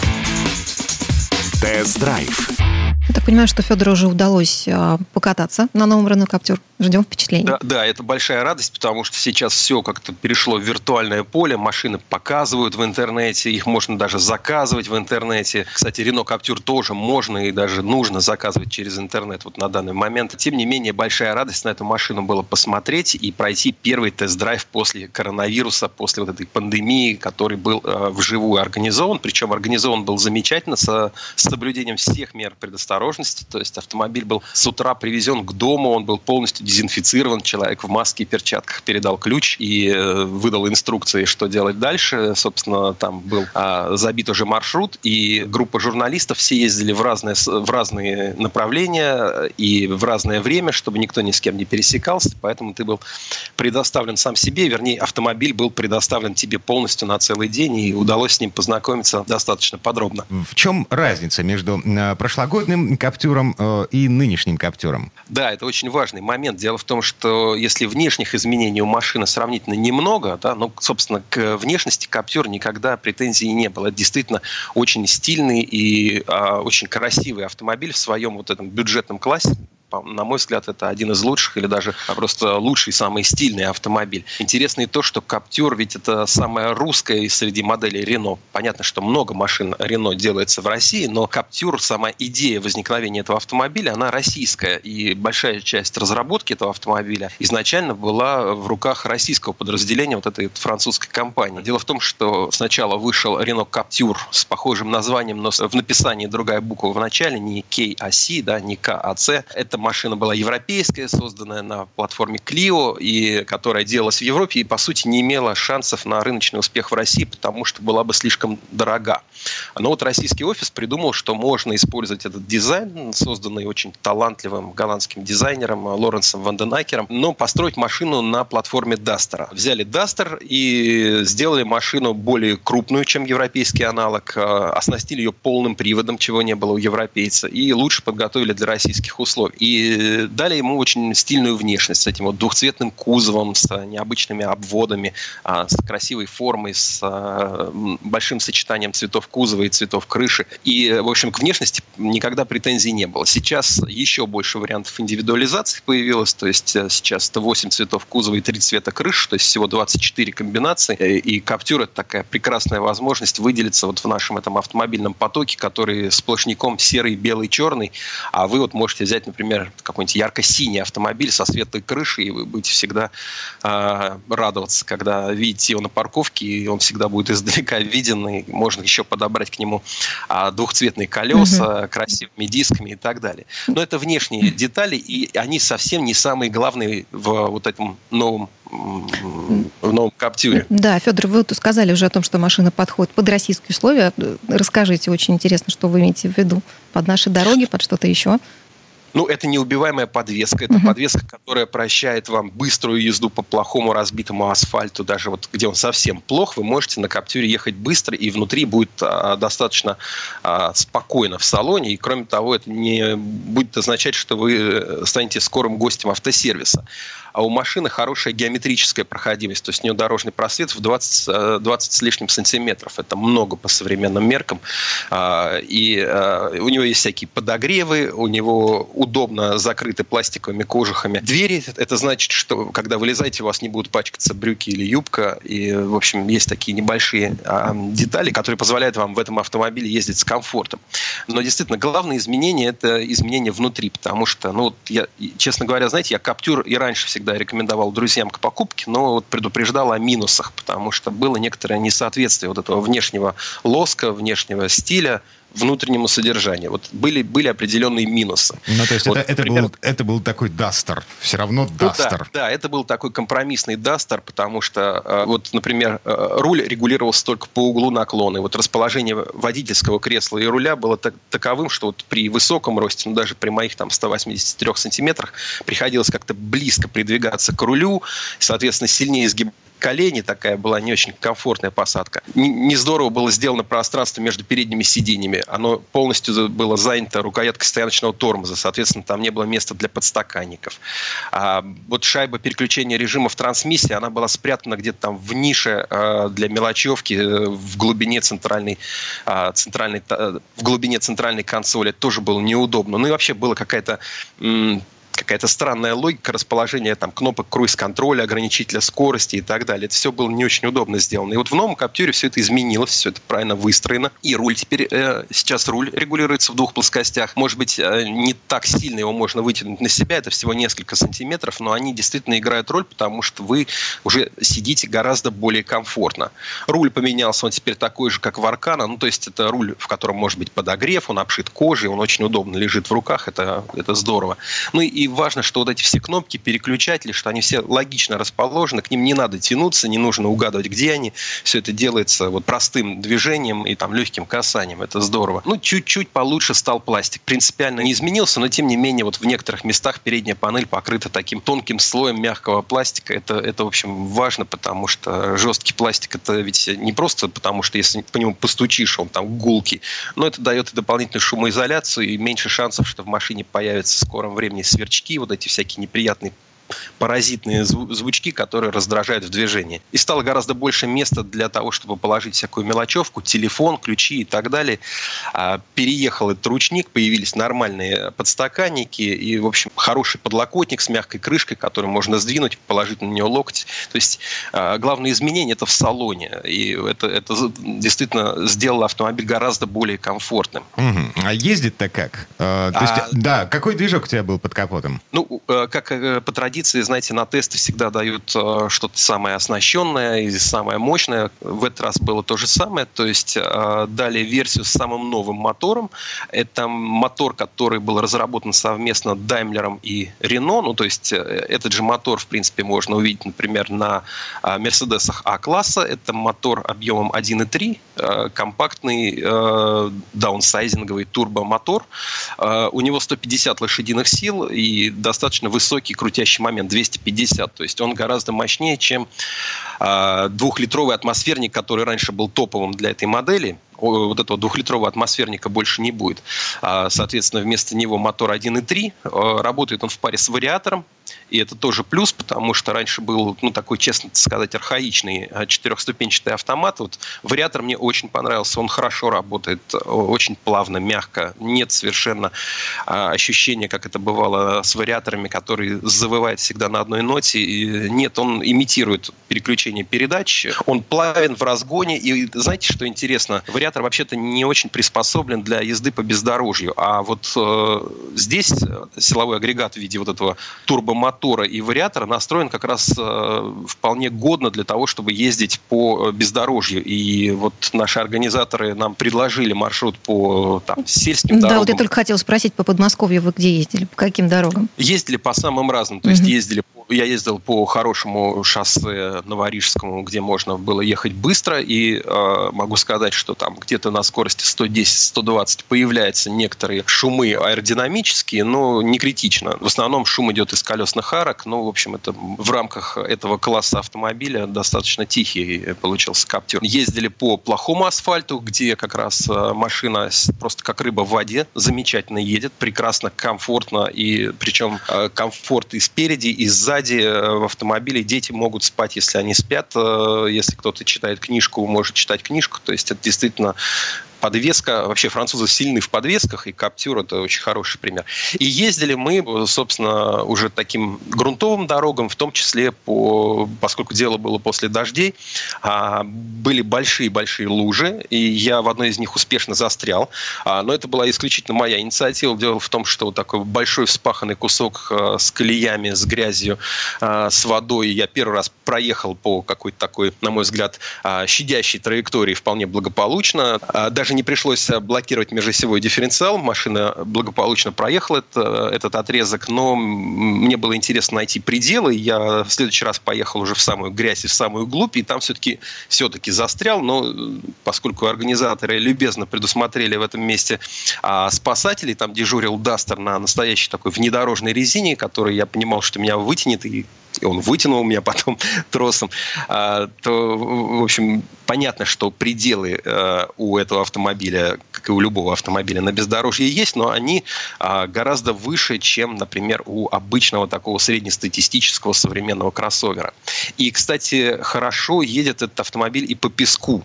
Тест-драйв. Я так понимаю, что Федору уже удалось а, покататься на новом Renault Captur. Ждем впечатлений. Да, да, это большая радость, потому что сейчас все как-то перешло в виртуальное поле. Машины показывают в интернете, их можно даже заказывать в интернете. Кстати, Renault Captur тоже можно и даже нужно заказывать через интернет вот на данный момент. Тем не менее, большая радость на эту машину было посмотреть и пройти первый тест-драйв после коронавируса, после вот этой пандемии, который был э, вживую организован. Причем организован был замечательно, со, с соблюдением всех мер предосторожности. То есть автомобиль был с утра привезен к дому, он был полностью дезинфицирован, человек в маске и перчатках передал ключ и э, выдал инструкции, что делать дальше. Собственно, там был э, забит уже маршрут, и группа журналистов все ездили в разные, в разные направления и в разное время, чтобы никто ни с кем не пересекался, поэтому ты был предоставлен сам себе, вернее, автомобиль был предоставлен тебе полностью на целый день, и удалось с ним познакомиться достаточно подробно. В чем разница между э, прошлогодним Каптюром э, и нынешним Каптюром? Да, это очень важный момент. Дело в том, что если внешних изменений у машины сравнительно немного, да, но, собственно, к внешности Captur никогда претензий не было. Это действительно очень стильный и а, очень красивый автомобиль в своем вот этом бюджетном классе. На мой взгляд, это один из лучших или даже просто лучший, самый стильный автомобиль. Интересно и то, что Captur ведь это самая русская среди моделей Renault. Понятно, что много машин Renault делается в России, но Captur, сама идея возникновения этого автомобиля, она российская. И большая часть разработки этого автомобиля изначально была в руках российского подразделения вот этой французской компании. Дело в том, что сначала вышел Renault Captur с похожим названием, но в написании другая буква в начале, не K, а C, да, не K, а C. Это машина была европейская, созданная на платформе Clio, и которая делалась в Европе и, по сути, не имела шансов на рыночный успех в России, потому что была бы слишком дорога. Но вот российский офис придумал, что можно использовать этот дизайн, созданный очень талантливым голландским дизайнером Лоренсом Ванденакером, но построить машину на платформе Duster. Взяли Duster и сделали машину более крупную, чем европейский аналог, оснастили ее полным приводом, чего не было у европейца, и лучше подготовили для российских условий. И И дали ему очень стильную внешность с этим вот двухцветным кузовом, с необычными обводами, с красивой формой, с большим сочетанием цветов кузова и цветов крыши. И, в общем, к внешности никогда претензий не было. Сейчас еще больше вариантов индивидуализации появилось. То есть сейчас это восемь цветов кузова и три цвета крыши, то есть всего двадцать четыре комбинации. И Captur — это такая прекрасная возможность выделиться вот в нашем этом автомобильном потоке, который сплошняком серый, белый, черный. А вы вот можете взять, например, какой-нибудь ярко-синий автомобиль со светлой крышей, и вы будете всегда э, радоваться, когда видите его на парковке, и он всегда будет издалека виден, и можно еще подобрать к нему э, двухцветные колеса, mm-hmm. красивыми дисками и так далее. Но это внешние детали, и они совсем не самые главные в вот этом новом в новом Captur. Да, Федор, вы тут сказали уже о том, что машина подходит под российские условия. Расскажите, очень интересно, что вы имеете в виду. Под наши дороги, под что-то еще? Ну, это неубиваемая подвеска. Это uh-huh. подвеска, которая прощает вам быструю езду по плохому разбитому асфальту. Даже вот где он совсем плох, вы можете на Captur ехать быстро, и внутри будет а, достаточно а, спокойно в салоне. И, кроме того, это не будет означать, что вы станете скорым гостем автосервиса. а у машины хорошая геометрическая проходимость, то есть у нее дорожный просвет в двадцать, двадцать с лишним сантиметров. Это много по современным меркам. И у него есть всякие подогревы, у него удобно закрыты пластиковыми кожухами двери. Это значит, что когда вылезаете, у вас не будут пачкаться брюки или юбка. И, в общем, есть такие небольшие детали, которые позволяют вам в этом автомобиле ездить с комфортом. Но действительно, главное изменение – это изменение внутри, потому что, ну, я, честно говоря, знаете, я Каптюр и раньше всегда рекомендовал друзьям к покупке, но вот предупреждал о минусах, потому что было некоторое несоответствие вот этого внешнего лоска, внешнего стиля внутреннему содержанию. Вот были, были определенные минусы. Ну, то есть вот, это, это, например, был, это был такой дастер. Все равно ну, дастер. Да, да, это был такой компромиссный дастер, потому что, вот, например, руль регулировался только по углу наклона. И вот расположение водительского кресла и руля было так, таковым, что вот при высоком росте, ну, даже при моих там ста восьмидесяти трёх сантиметрах, приходилось как-то близко придвигаться к рулю, соответственно, сильнее изгибать колени, такая была не очень комфортная посадка. Не, не здорово было сделано пространство между передними сиденьями. Оно полностью было занято рукояткой стояночного тормоза. Соответственно, там не было места для подстаканников. А вот шайба переключения режимов трансмиссии, она была спрятана где-то там в нише а, для мелочевки в глубине центральной, а, центральной, а, в глубине центральной консоли. Это тоже было неудобно. Ну и вообще была какая-то... М- какая-то странная логика расположения там, кнопок круиз-контроля, ограничителя скорости и так далее. Это все было не очень удобно сделано. И вот в новом Каптюре все это изменилось, все это правильно выстроено. И руль теперь, э, сейчас руль регулируется в двух плоскостях. Может быть, э, не так сильно его можно вытянуть на себя, это всего несколько сантиметров, но они действительно играют роль, потому что вы уже сидите гораздо более комфортно. Руль поменялся, он теперь такой же, как в Аркана. Ну, то есть это руль, в котором может быть подогрев, он обшит кожей, он очень удобно лежит в руках, это, это здорово. Ну и важно, что вот эти все кнопки, переключатели, что они все логично расположены, к ним не надо тянуться, не нужно угадывать, где они. Все это делается вот простым движением и там легким касанием. Это здорово. Ну, чуть-чуть получше стал пластик. Принципиально не изменился, но тем не менее вот в некоторых местах передняя панель покрыта таким тонким слоем мягкого пластика. Это, это в общем, важно, потому что жесткий пластик это ведь не просто потому, что если по нему постучишь, он там гулкий, но это дает и дополнительную шумоизоляцию, и меньше шансов, что в машине появятся в скором времени сверчки, вот эти всякие неприятные паразитные звучки, которые раздражают в движении. И стало гораздо больше места для того, чтобы положить всякую мелочевку, телефон, ключи и так далее. Переехал этот ручник, появились нормальные подстаканники и, в общем, хороший подлокотник с мягкой крышкой, который можно сдвинуть, положить на нее локоть. То есть главное изменение это в салоне. И это, это действительно сделало автомобиль гораздо более комфортным. Угу. А ездит-то как? А, то есть, а, да, какой движок у тебя был под капотом? Ну, как по традиции, знаете, на тесты всегда дают э, что-то самое оснащенное и самое мощное. В этот раз было то же самое. То есть э, дали версию с самым новым мотором. Это мотор, который был разработан совместно Daimler и Renault. Ну, то есть э, этот же мотор, в принципе, можно увидеть, например, на э, Мерседесах А-класса. Это мотор объемом один и три, э, компактный э, даунсайзинговый турбомотор. Э, у него сто пятьдесят лошадиных сил и достаточно высокий крутящий момент двести пятьдесят, то есть он гораздо мощнее, чем э, двухлитровый атмосферник, который раньше был топовым для этой модели. Вот этого двухлитрового атмосферника больше не будет. Соответственно, вместо него мотор один и три. Работает он в паре с вариатором. И это тоже плюс, потому что раньше был, ну, такой, честно сказать, архаичный четырехступенчатый автомат. Вот вариатор мне очень понравился. Он хорошо работает, очень плавно, мягко. Нет совершенно ощущения, как это бывало с вариаторами, которые завывают всегда на одной ноте. И нет, он имитирует переключение передач. Он плавен в разгоне. И знаете, что интересно? Вариатор вообще-то не очень приспособлен для езды по бездорожью. А вот э, здесь силовой агрегат в виде вот этого турбомотора и вариатора настроен как раз э, вполне годно для того, чтобы ездить по бездорожью. И вот наши организаторы нам предложили маршрут по там, сельским да, дорогам. Да, вот я только хотела спросить, по Подмосковью вы где ездили? По каким дорогам? Ездили по самым разным. То есть ездили, я ездил по хорошему шоссе Новорижскому, где можно было ехать быстро. И э, могу сказать, что там где-то на скорости сто десять - сто двадцать появляются некоторые шумы аэродинамические, но не критично. В основном шум идет из колесных арок. Ну, в общем, это в рамках этого класса автомобиля достаточно тихий получился Каптюр. Ездили по плохому асфальту, где как раз машина просто как рыба в воде замечательно едет, прекрасно, комфортно. И причем комфорт и спереди, и сзади. сзади в автомобиле дети могут спать, если они спят. Если кто-то читает книжку, может читать книжку. То есть это действительно подвеска. Вообще французы сильны в подвесках, и Каптюр — это очень хороший пример. И ездили мы, собственно, уже таким грунтовым дорогам, в том числе, по, поскольку дело было после дождей, были большие-большие лужи, и я в одной из них успешно застрял. Но это была исключительно моя инициатива. Дело в том, что вот такой большой вспаханный кусок с колеями, с грязью, с водой я первый раз проехал по какой-то такой, на мой взгляд, щадящей траектории вполне благополучно. Даже не пришлось блокировать межосевой дифференциал. Машина благополучно проехала это, этот отрезок, но мне было интересно найти пределы. Я в следующий раз поехал уже в самую грязь и в самую глубь, и там все-таки, все-таки застрял. Но поскольку организаторы любезно предусмотрели в этом месте а, спасателей, там дежурил Дастер на настоящей такой внедорожной резине, который я понимал, что меня вытянет, и и он вытянул меня потом тросом, то, в общем, понятно, что пределы у этого автомобиля, как и у любого автомобиля, на бездорожье есть, но они гораздо выше, чем, например, у обычного такого среднестатистического современного кроссовера. И, кстати, хорошо едет этот автомобиль и по песку.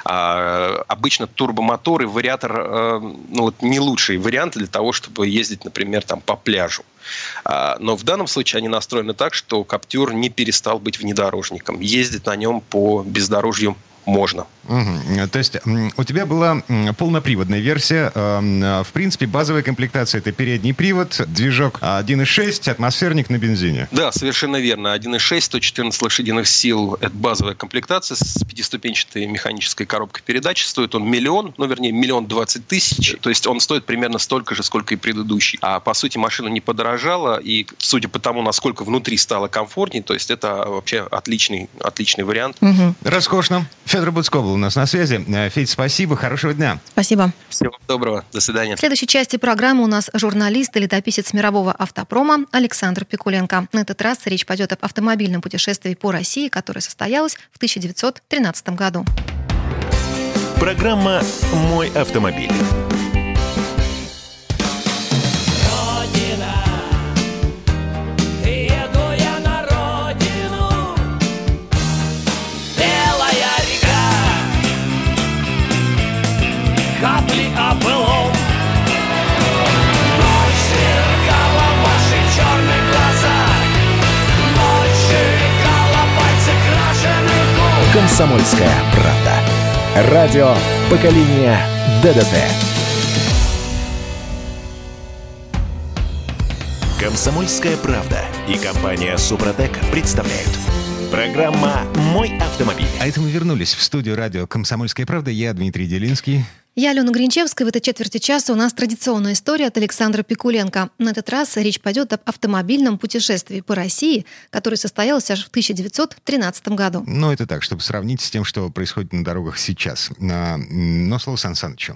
Обычно турбомотор и вариатор, ну, вот не лучший вариант для того, чтобы ездить, например, там, по пляжу. Но в данном случае они настроены так, что Каптюр не перестал быть внедорожником. Ездить на нем по бездорожью можно. Угу. То есть у тебя была полноприводная версия. В принципе, базовая комплектация — это передний привод, движок один и шесть, атмосферник на бензине. Да, совершенно верно. один и шесть, сто четырнадцать лошадиных сил – это базовая комплектация с пятиступенчатой механической коробкой передач. Стоит он миллион, ну, вернее, миллион двадцать тысяч. То есть он стоит примерно столько же, сколько и предыдущий. А по сути машина не подорожала, и судя по тому, насколько внутри стало комфортнее, то есть это вообще отличный, отличный вариант. Угу. Роскошно. Федор Буцко был у нас на связи. Федь, спасибо, хорошего дня. Спасибо. Всего доброго, до свидания. В следующей части программы у нас журналист и летописец мирового автопрома Александр Пикуленко. На этот раз речь пойдет об автомобильном путешествии по России, которое состоялось в тысяча девятьсот тринадцатом году. Программа «Мой автомобиль». Капли о былом. Ночь сверкала в ваши черные глаза. Ночь сверкала пальцы крашеных губ. «Комсомольская правда». Радио поколения ДДТ. «Комсомольская правда» и компания «Супротек» представляют. Программа «Мой автомобиль». А это мы вернулись в студию радио «Комсомольская правда». Я Дмитрий Делинский. Я Алена Гринчевская. В этой четверти часа у нас традиционная история от Александра Пикуленко. На этот раз речь пойдет об автомобильном путешествии по России, которое состоялось аж в тысяча девятьсот тринадцатом году. Ну, это так, чтобы сравнить с тем, что происходит на дорогах сейчас. Но слово Сан Санычу.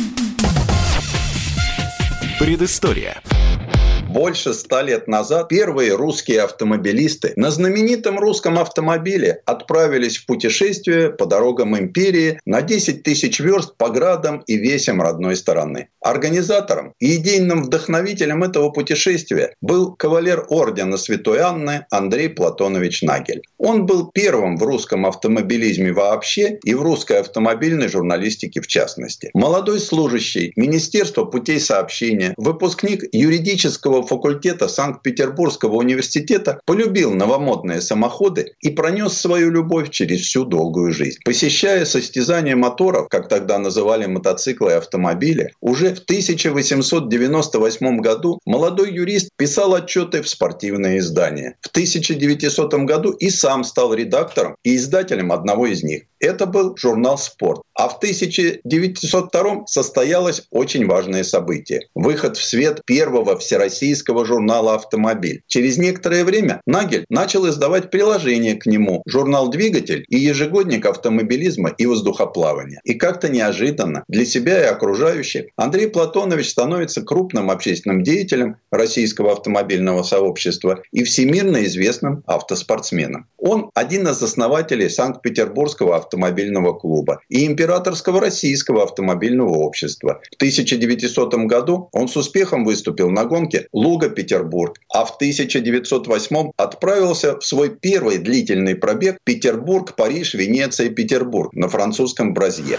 Предыстория. Больше ста лет назад первые русские автомобилисты на знаменитом русском автомобиле отправились в путешествие по дорогам империи на десять тысяч верст по градам и весям родной стороны. Организатором и идейным вдохновителем этого путешествия был кавалер ордена Святой Анны Андрей Платонович Нагель. Он был первым в русском автомобилизме вообще и в русской автомобильной журналистике в частности. Молодой служащий Министерства путей сообщения, выпускник юридического факультета Санкт-Петербургского университета, полюбил новомодные самоходы и пронес свою любовь через всю долгую жизнь. Посещая состязания моторов, как тогда называли мотоциклы и автомобили, уже в тысяча восемьсот девяносто восьмом году молодой юрист писал отчеты в спортивные издания. В тысяча девятисотом году и сам стал редактором и издателем одного из них. Это был журнал «Спорт». А в тысяча девятьсот втором состоялось очень важное событие – выход в свет первого всероссийского журнала «Автомобиль». Через некоторое время Нагель начал издавать приложение к нему – журнал «Двигатель» и ежегодник автомобилизма и воздухоплавания. И как-то неожиданно для себя и окружающих Андрей Платонович становится крупным общественным деятелем российского автомобильного сообщества и всемирно известным автоспортсменом. Он один из основателей Санкт-Петербургского автомобильного клуба и Императорского российского автомобильного общества. В тысяча девятисотом году он с успехом выступил на гонке Калуга-Петербург, а в тысяча девятьсот восьмом отправился в свой первый длительный пробег Петербург, Париж, Венеция, Петербург на французском Бразье.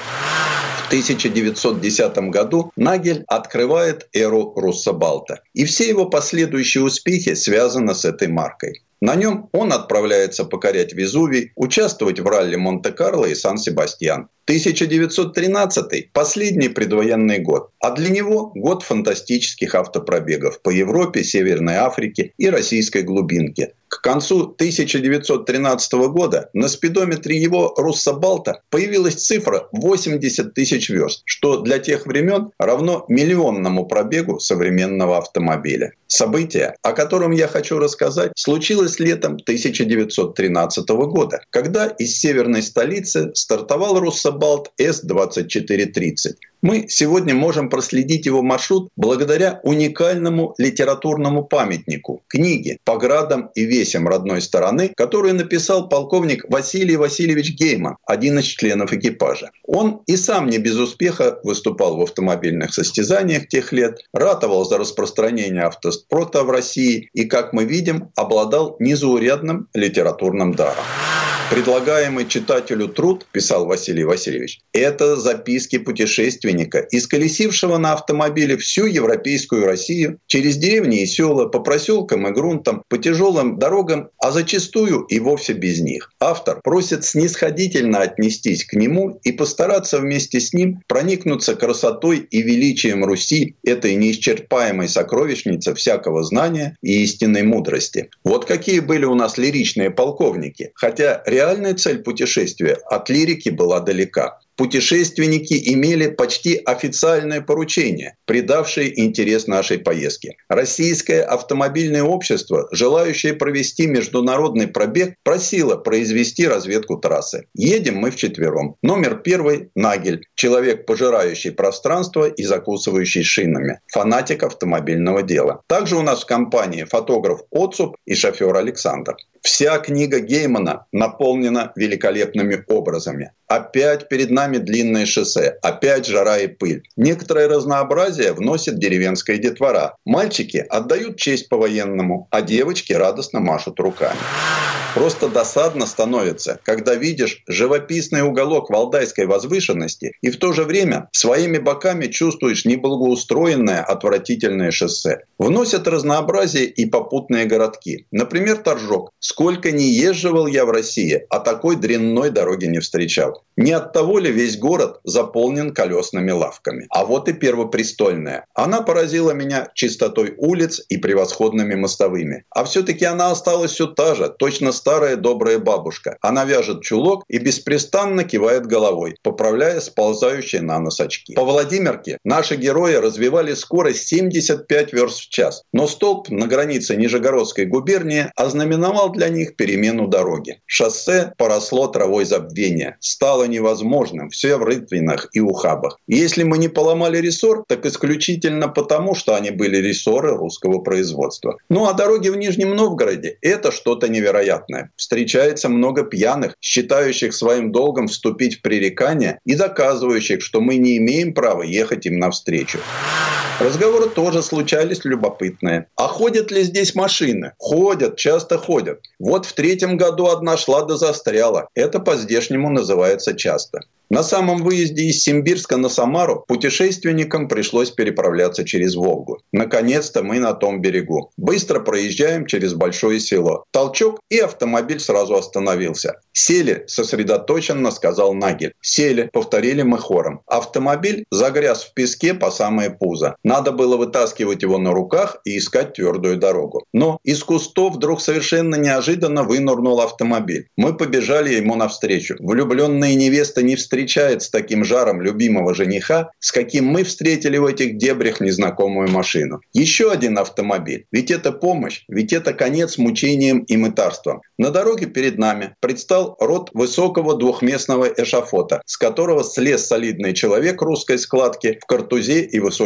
В тысяча девятьсот десятом году Нагель открывает эру Руссобалта. И все его последующие успехи связаны с этой маркой. На нем он отправляется покорять Везувий, участвовать в ралли Монте-Карло и Сан-Себастьян. тысяча девятьсот тринадцатый – последний предвоенный год, а для него год фантастических автопробегов по Европе, Северной Африке и российской глубинке. К концу тысяча девятьсот тринадцатого года на спидометре его Руссобалта появилась цифра восемьдесят тысяч верст, что для тех времен равно миллионному пробегу современного автомобиля. Событие, о котором я хочу рассказать, случилось летом тысяча девятьсот тринадцатого года, когда из северной столицы стартовал Руссобалт эс двадцать четыре тридцать. Мы сегодня можем проследить его маршрут благодаря уникальному литературному памятнику – книге «По градам и весям родной стороны», которую написал полковник Василий Васильевич Гейман, один из членов экипажа. Он и сам не без успеха выступал в автомобильных состязаниях тех лет, ратовал за распространение автоспорта в России и, как мы видим, обладал незаурядным литературным даром. Предлагаемый читателю труд, писал Василий Васильевич, это записки путешественника, исколесившего на автомобиле всю европейскую Россию, через деревни и села, по проселкам и грунтам, по тяжелым дорогам, а зачастую и вовсе без них. Автор просит снисходительно отнестись к нему и постараться вместе с ним проникнуться красотой и величием Руси, этой неисчерпаемой сокровищницы всякого знания и истинной мудрости. Вот какие были у нас лиричные полковники, хотя реальная цель путешествия от лирики была далека. Путешественники имели почти официальное поручение, придавшее интерес нашей поездке. Российское автомобильное общество, желающее провести международный пробег, просило произвести разведку трассы. Едем мы вчетвером. Номер первый – Нагель, человек, пожирающий пространство и закусывающий шинами, фанатик автомобильного дела. Также у нас в компании фотограф Оцуп и шофер Александр. Вся книга Геймана наполнена великолепными образами. Опять перед нами длинное шоссе, опять жара и пыль. Некоторое разнообразие вносит деревенская детвора. Мальчики отдают честь по-военному, а девочки радостно машут руками. Просто досадно становится, когда видишь живописный уголок Валдайской возвышенности и в то же время своими боками чувствуешь неблагоустроенное отвратительное шоссе. Вносят разнообразие и попутные городки. Например, Торжок. Сколько не езживал я в России, а такой дрянной дороги не встречал. Не от того ли весь город заполнен колесными лавками? А вот и Первопрестольная. Она поразила меня чистотой улиц и превосходными мостовыми. А все-таки она осталась все та же, точно старая добрая бабушка. Она вяжет чулок и беспрестанно кивает головой, поправляя сползающие на нос очки. По Владимирке наши герои развивали скорость семьдесят пять верст в час. Но столб на границе Нижегородской губернии ознаменовал для них перемену дороги. Шоссе поросло травой забвения. Стало невозможным, все в рытвинах и ухабах. И если мы не поломали рессор, так исключительно потому, что они были рессоры русского производства. Ну а дороги в Нижнем Новгороде – это что-то невероятное. Встречается много пьяных, считающих своим долгом вступить в пререкание и доказывающих, что мы не имеем права ехать им навстречу. Разговоры тоже случались любопытные. А ходят ли здесь машины? Ходят, часто ходят. Вот в третьем году одна шла да застряла. Это по-здешнему называется часто. На самом выезде из Симбирска на Самару путешественникам пришлось переправляться через Волгу. Наконец-то мы на том берегу. Быстро проезжаем через большое село. Толчок, и автомобиль сразу остановился. «Сели», — сосредоточенно сказал Нагель. «Сели», — повторили мы хором. Автомобиль загряз в песке по самое пузо. Надо было вытаскивать его на руках и искать твердую дорогу. Но из кустов вдруг совершенно неожиданно вынырнул автомобиль. Мы побежали ему навстречу. Влюбленная невеста не встречалась. встречает с таким жаром любимого жениха, с каким мы встретили в этих дебрях незнакомую машину. Еще один автомобиль. Ведь это помощь, ведь это конец мучениям и мытарствам. На дороге перед нами предстал род высокого двухместного эшафота, с которого слез солидный человек русской складки в картузе и высоких сапогах.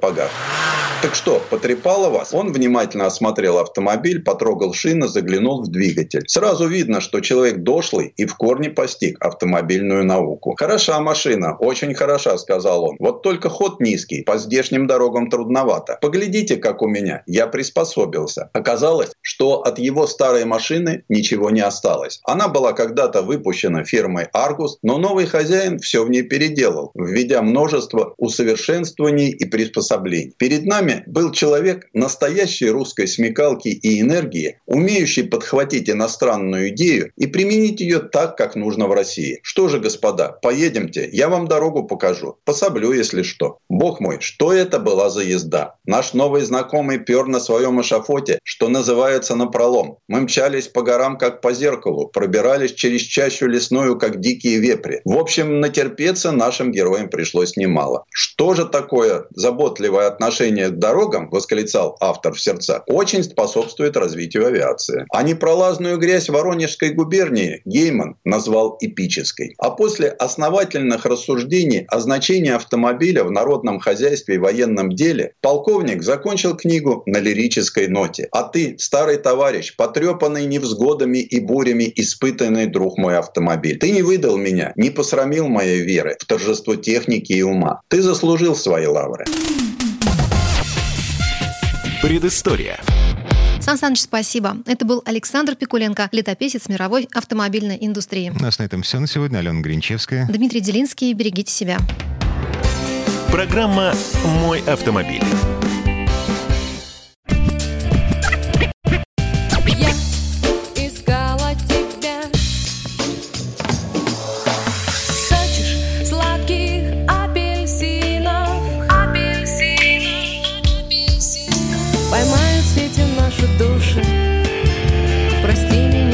погас. Так что, потрепало вас? Он внимательно осмотрел автомобиль, потрогал шины, заглянул в двигатель. Сразу видно, что человек дошлый и в корне постиг автомобильную науку. «Хороша машина, очень хороша», — сказал он. «Вот только ход низкий, по здешним дорогам трудновато. Поглядите, как у меня. Я приспособился». Оказалось, что от его старой машины ничего не осталось. Она была когда-то выпущена фирмой «Аргус», но новый хозяин все в ней переделал, введя множество усовершенствований и приспособлений. Перед нами был человек настоящей русской смекалки и энергии, умеющий подхватить иностранную идею и применить ее так, как нужно в России. Что же, господа, поедемте, я вам дорогу покажу. Пособлю, если что. Бог мой, что это была за езда? Наш новый знакомый пер на своем эшафоте, что называется, напролом. Мы мчались по горам, как по зеркалу, пробирались через чащу лесную, как дикие вепри. В общем, натерпеться нашим героям пришлось немало. Что же такое заботливое отношение к дорогам, восклицал автор в сердцах, очень способствует развитию авиации. А непролазную грязь Воронежской губернии Гейман назвал эпической. А после основательных рассуждений о значении автомобиля в народном хозяйстве и военном деле, полковник закончил книгу на лирической ноте. А ты, старый товарищ, потрепанный невзгодами и бурями, испытанный, друг мой, автомобиль. Ты не выдал меня, не посрамил моей веры в торжество техники и ума. Ты заслужил свои лавры. Предыстория. Сан Саныч, спасибо. Это был Александр Пикуленко, летописец мировой автомобильной индустрии. У нас на этом все на сегодня. Алена Гринчевская. Дмитрий Делинский. Берегите себя. Программа «Мой автомобиль».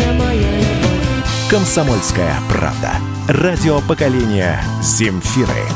«Комсомольская правда». Радио поколения Земфиры.